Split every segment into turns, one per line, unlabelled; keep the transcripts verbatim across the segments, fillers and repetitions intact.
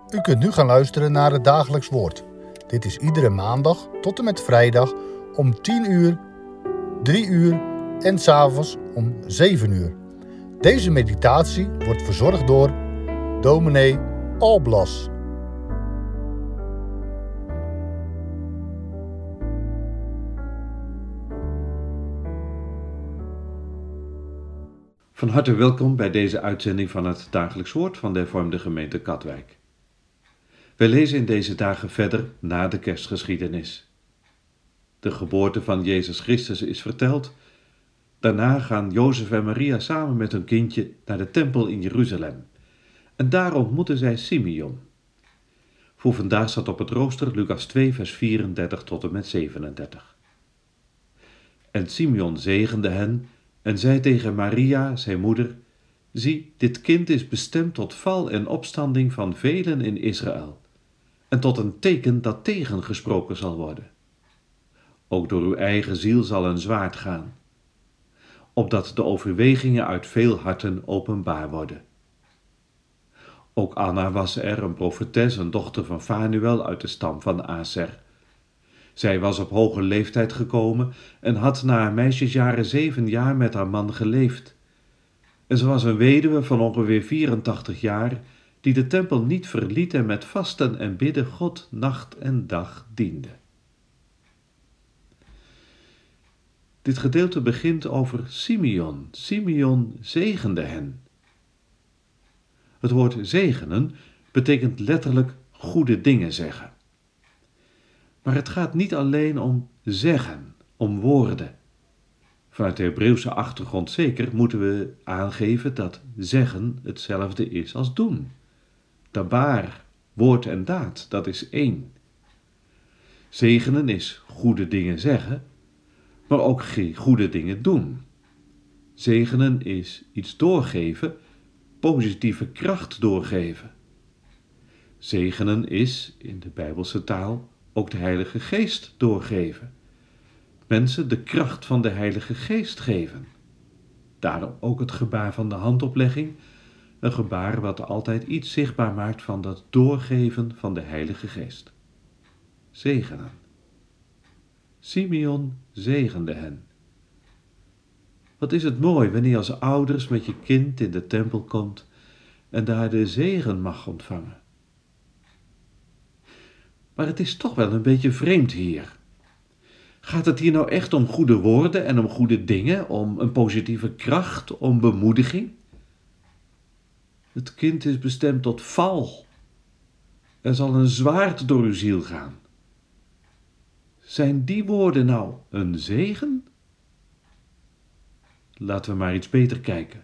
U kunt nu gaan luisteren naar het dagelijks woord. Dit is iedere maandag tot en met vrijdag om tien uur, drie uur en 's avonds om zeven uur. Deze meditatie wordt verzorgd door dominee Alblas.
Van harte welkom bij deze uitzending van het dagelijks woord van de hervormde gemeente Katwijk. Wij lezen in deze dagen verder na de kerstgeschiedenis. De geboorte van Jezus Christus is verteld. Daarna gaan Jozef en Maria samen met hun kindje naar de tempel in Jeruzalem. En daar ontmoeten zij Simeon. Voor vandaag staat op het rooster Lucas twee vers vierendertig tot en met zevenendertig. En Simeon zegende hen en zei tegen Maria, zijn moeder: zie, dit kind is bestemd tot val en opstanding van velen in Israël, en tot een teken dat tegengesproken zal worden. Ook door uw eigen ziel zal een zwaard gaan, opdat de overwegingen uit veel harten openbaar worden. Ook Anna was er, een profetes, een dochter van Fanuel uit de stam van Aser. Zij was op hoge leeftijd gekomen en had na haar meisjesjaren zeven jaar met haar man geleefd. En ze was een weduwe van ongeveer vierentachtig jaar, die de tempel niet verliet en met vasten en bidden God nacht en dag diende. Dit gedeelte begint over Simeon. Simeon zegende hen. Het woord zegenen betekent letterlijk goede dingen zeggen. Maar het gaat niet alleen om zeggen, om woorden. Vanuit de Hebreeuwse achtergrond zeker moeten we aangeven dat zeggen hetzelfde is als doen. Dabar, woord en daad, dat is één. Zegenen is goede dingen zeggen, maar ook goede dingen doen. Zegenen is iets doorgeven, positieve kracht doorgeven. Zegenen is, in de Bijbelse taal, ook de Heilige Geest doorgeven. Mensen de kracht van de Heilige Geest geven. Daarom ook het gebaar van de handoplegging, een gebaar wat altijd iets zichtbaar maakt van dat doorgeven van de Heilige Geest. Zegenen. Simeon zegende hen. Wat is het mooi wanneer je als ouders met je kind in de tempel komt en daar de zegen mag ontvangen. Maar het is toch wel een beetje vreemd hier. Gaat het hier nou echt om goede woorden en om goede dingen, om een positieve kracht, om bemoediging? Het kind is bestemd tot val. Er zal een zwaard door uw ziel gaan. Zijn die woorden nou een zegen? Laten we maar iets beter kijken.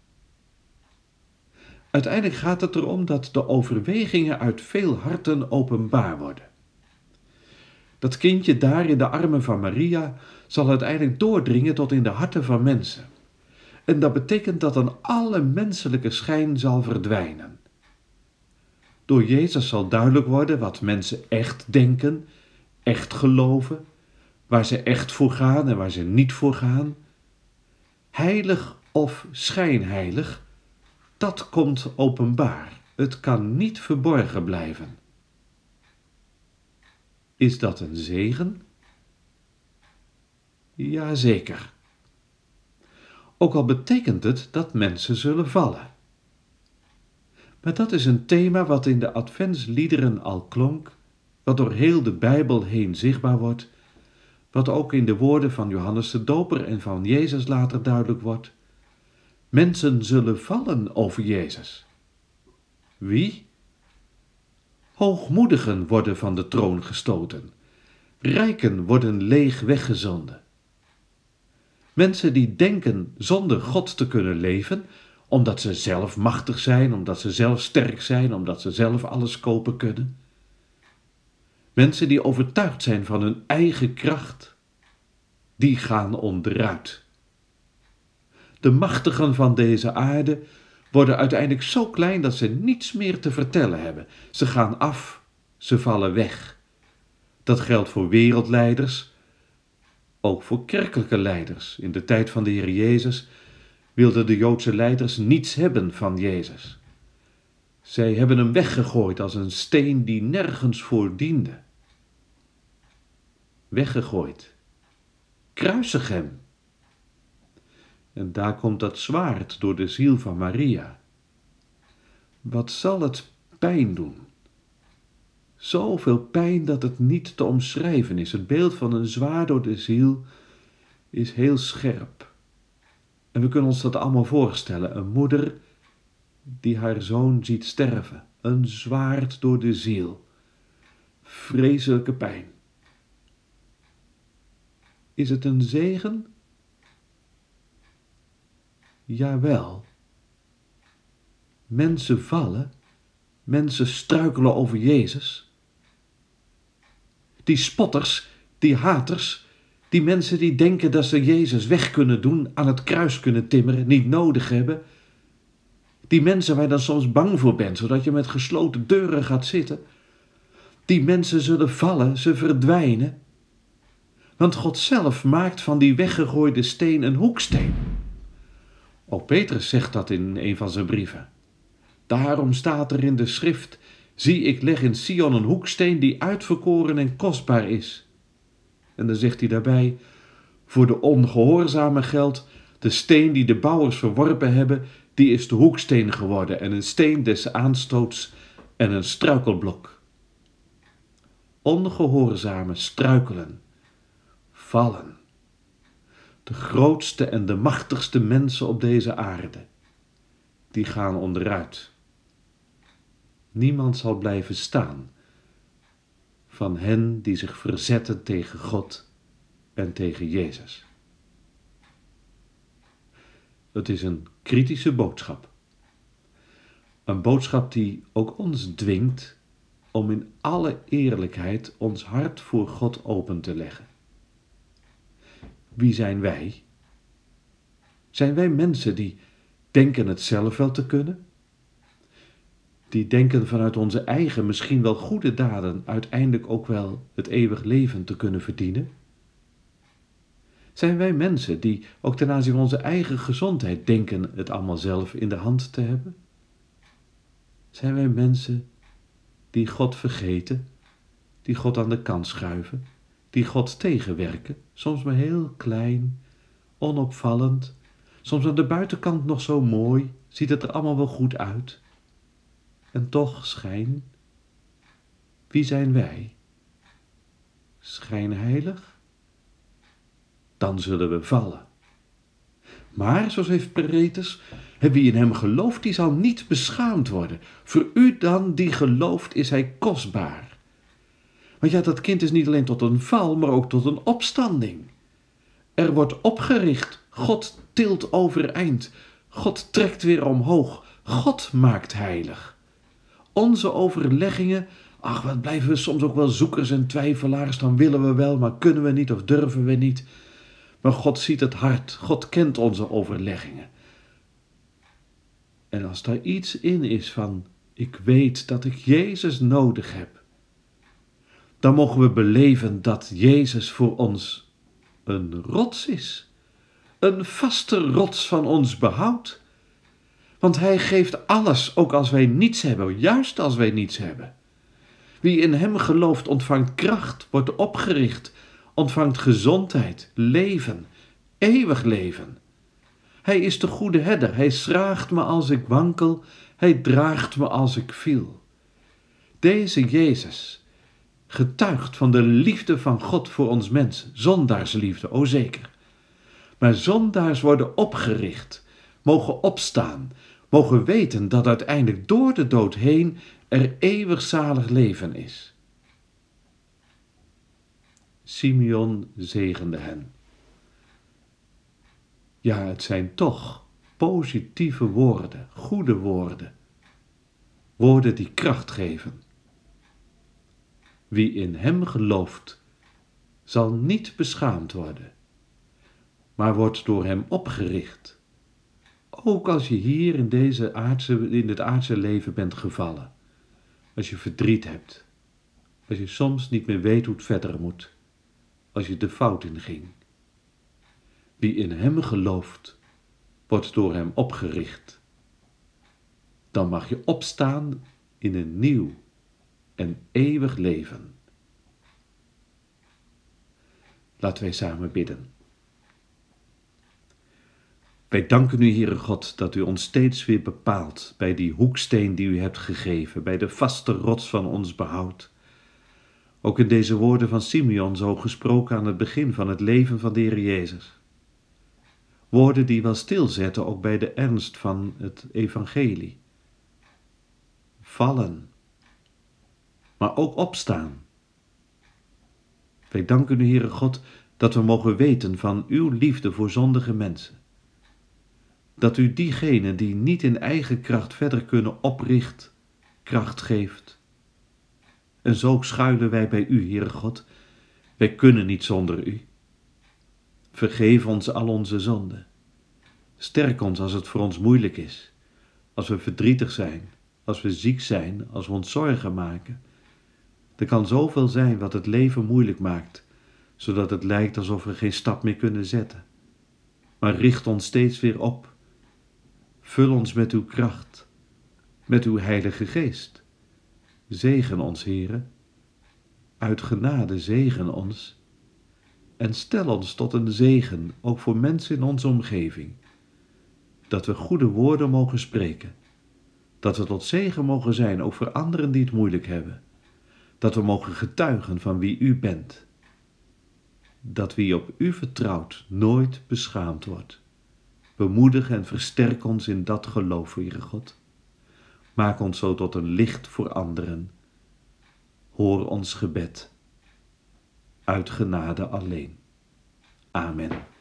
Uiteindelijk gaat het erom dat de overwegingen uit veel harten openbaar worden. Dat kindje daar in de armen van Maria zal uiteindelijk doordringen tot in de harten van mensen. En dat betekent dat dan alle menselijke schijn zal verdwijnen. Door Jezus zal duidelijk worden wat mensen echt denken, echt geloven, waar ze echt voor gaan en waar ze niet voor gaan. Heilig of schijnheilig, dat komt openbaar. Het kan niet verborgen blijven. Is dat een zegen? Jazeker. Ook al betekent het dat mensen zullen vallen. Maar dat is een thema wat in de adventsliederen al klonk, wat door heel de Bijbel heen zichtbaar wordt, wat ook in de woorden van Johannes de Doper en van Jezus later duidelijk wordt. Mensen zullen vallen over Jezus. Wie? Hoogmoedigen worden van de troon gestoten. Rijken worden leeg weggezonden. Mensen die denken zonder God te kunnen leven, omdat ze zelf machtig zijn, omdat ze zelf sterk zijn, omdat ze zelf alles kopen kunnen. Mensen die overtuigd zijn van hun eigen kracht, die gaan onderuit. De machtigen van deze aarde worden uiteindelijk zo klein dat ze niets meer te vertellen hebben. Ze gaan af, ze vallen weg. Dat geldt voor wereldleiders, ook voor kerkelijke leiders. In de tijd van de Heer Jezus wilden de Joodse leiders niets hebben van Jezus. Zij hebben hem weggegooid als een steen die nergens voor diende. Weggegooid. Kruisig hem. En daar komt dat zwaard door de ziel van Maria. Wat zal het pijn doen? Zoveel pijn dat het niet te omschrijven is. Het beeld van een zwaard door de ziel is heel scherp. En we kunnen ons dat allemaal voorstellen. Een moeder die haar zoon ziet sterven. Een zwaard door de ziel. Vreselijke pijn. Is het een zegen? Jawel. Mensen vallen. Mensen struikelen over Jezus. Die spotters, die haters, die mensen die denken dat ze Jezus weg kunnen doen, aan het kruis kunnen timmeren, niet nodig hebben. Die mensen waar je dan soms bang voor bent, zodat je met gesloten deuren gaat zitten. Die mensen zullen vallen, ze verdwijnen. Want God zelf maakt van die weggegooide steen een hoeksteen. Ook Petrus zegt dat in een van zijn brieven. Daarom staat er in de schrift: zie, ik leg in Sion een hoeksteen die uitverkoren en kostbaar is. En dan zegt hij daarbij: voor de ongehoorzamen geldt, de steen die de bouwers verworpen hebben, die is de hoeksteen geworden en een steen des aanstoots en een struikelblok. Ongehoorzamen struikelen, vallen. De grootste en de machtigste mensen op deze aarde, die gaan onderuit. Niemand zal blijven staan van hen die zich verzetten tegen God en tegen Jezus. Het is een kritische boodschap. Een boodschap die ook ons dwingt om in alle eerlijkheid ons hart voor God open te leggen. Wie zijn wij? Zijn wij mensen die denken het zelf wel te kunnen? Die denken vanuit onze eigen, misschien wel goede daden, uiteindelijk ook wel het eeuwig leven te kunnen verdienen? Zijn wij mensen die ook ten aanzien van onze eigen gezondheid denken het allemaal zelf in de hand te hebben? Zijn wij mensen die God vergeten, die God aan de kant schuiven, die God tegenwerken, soms maar heel klein, onopvallend, soms aan de buitenkant nog zo mooi, ziet het er allemaal wel goed uit. En toch schijn. Wie zijn wij? Schijnheilig? Dan zullen we vallen. Maar, zoals heeft Petrus, wie in hem gelooft, die zal niet beschaamd worden. Voor u dan die gelooft, is hij kostbaar. Want ja, dat kind is niet alleen tot een val, maar ook tot een opstanding. Er wordt opgericht. God tilt overeind. God trekt weer omhoog. God maakt heilig. Onze overleggingen, ach, wat blijven we soms ook wel zoekers en twijfelaars, dan willen we wel, maar kunnen we niet of durven we niet. Maar God ziet het hart, God kent onze overleggingen. En als daar iets in is van, ik weet dat ik Jezus nodig heb, dan mogen we beleven dat Jezus voor ons een rots is. Een vaste rots van ons behoud. Want hij geeft alles, ook als wij niets hebben, juist als wij niets hebben. Wie in hem gelooft ontvangt kracht, wordt opgericht, ontvangt gezondheid, leven, eeuwig leven. Hij is de goede herder, hij schraagt me als ik wankel, hij draagt me als ik viel. Deze Jezus getuigt van de liefde van God voor ons mensen, zondaarsliefde, o zeker. Maar zondaars worden opgericht, mogen opstaan, mogen weten dat uiteindelijk door de dood heen er eeuwig zalig leven is. Simeon zegende hen. Ja, het zijn toch positieve woorden, goede woorden. Woorden die kracht geven. Wie in hem gelooft, zal niet beschaamd worden, maar wordt door hem opgericht. Ook als je hier in, deze aardse, in het aardse leven bent gevallen. Als je verdriet hebt. Als je soms niet meer weet hoe het verder moet. Als je de fout in ging. Wie in hem gelooft, wordt door hem opgericht. dan mag je opstaan in een nieuw en eeuwig leven. Laten wij samen bidden. Wij danken u, Heere God, dat u ons steeds weer bepaalt bij die hoeksteen die u hebt gegeven, bij de vaste rots van ons behoud. Ook in deze woorden van Simeon zo gesproken aan het begin van het leven van de Heer Jezus. Woorden die wel stilzetten ook bij de ernst van het evangelie. Vallen, maar ook opstaan. Wij danken u, Heere God, dat we mogen weten van uw liefde voor zondige mensen. Dat u diegenen die niet in eigen kracht verder kunnen opricht, kracht geeft. En zo schuilen wij bij u, Heere God. Wij kunnen niet zonder u. Vergeef ons al onze zonden. Sterk ons als het voor ons moeilijk is, als we verdrietig zijn, als we ziek zijn, als we ons zorgen maken. Er kan zoveel zijn wat het leven moeilijk maakt, zodat het lijkt alsof we geen stap meer kunnen zetten. Maar richt ons steeds weer op. Vul ons met uw kracht, met uw Heilige Geest. Zegen ons, Heere. Uit genade zegen ons. En stel ons tot een zegen, ook voor mensen in onze omgeving. Dat we goede woorden mogen spreken. Dat we tot zegen mogen zijn, ook voor anderen die het moeilijk hebben. Dat we mogen getuigen van wie u bent. Dat wie op u vertrouwt nooit beschaamd wordt. Bemoedig en versterk ons in dat geloof, Heere God. Maak ons zo tot een licht voor anderen. Hoor ons gebed. Uit genade alleen. Amen.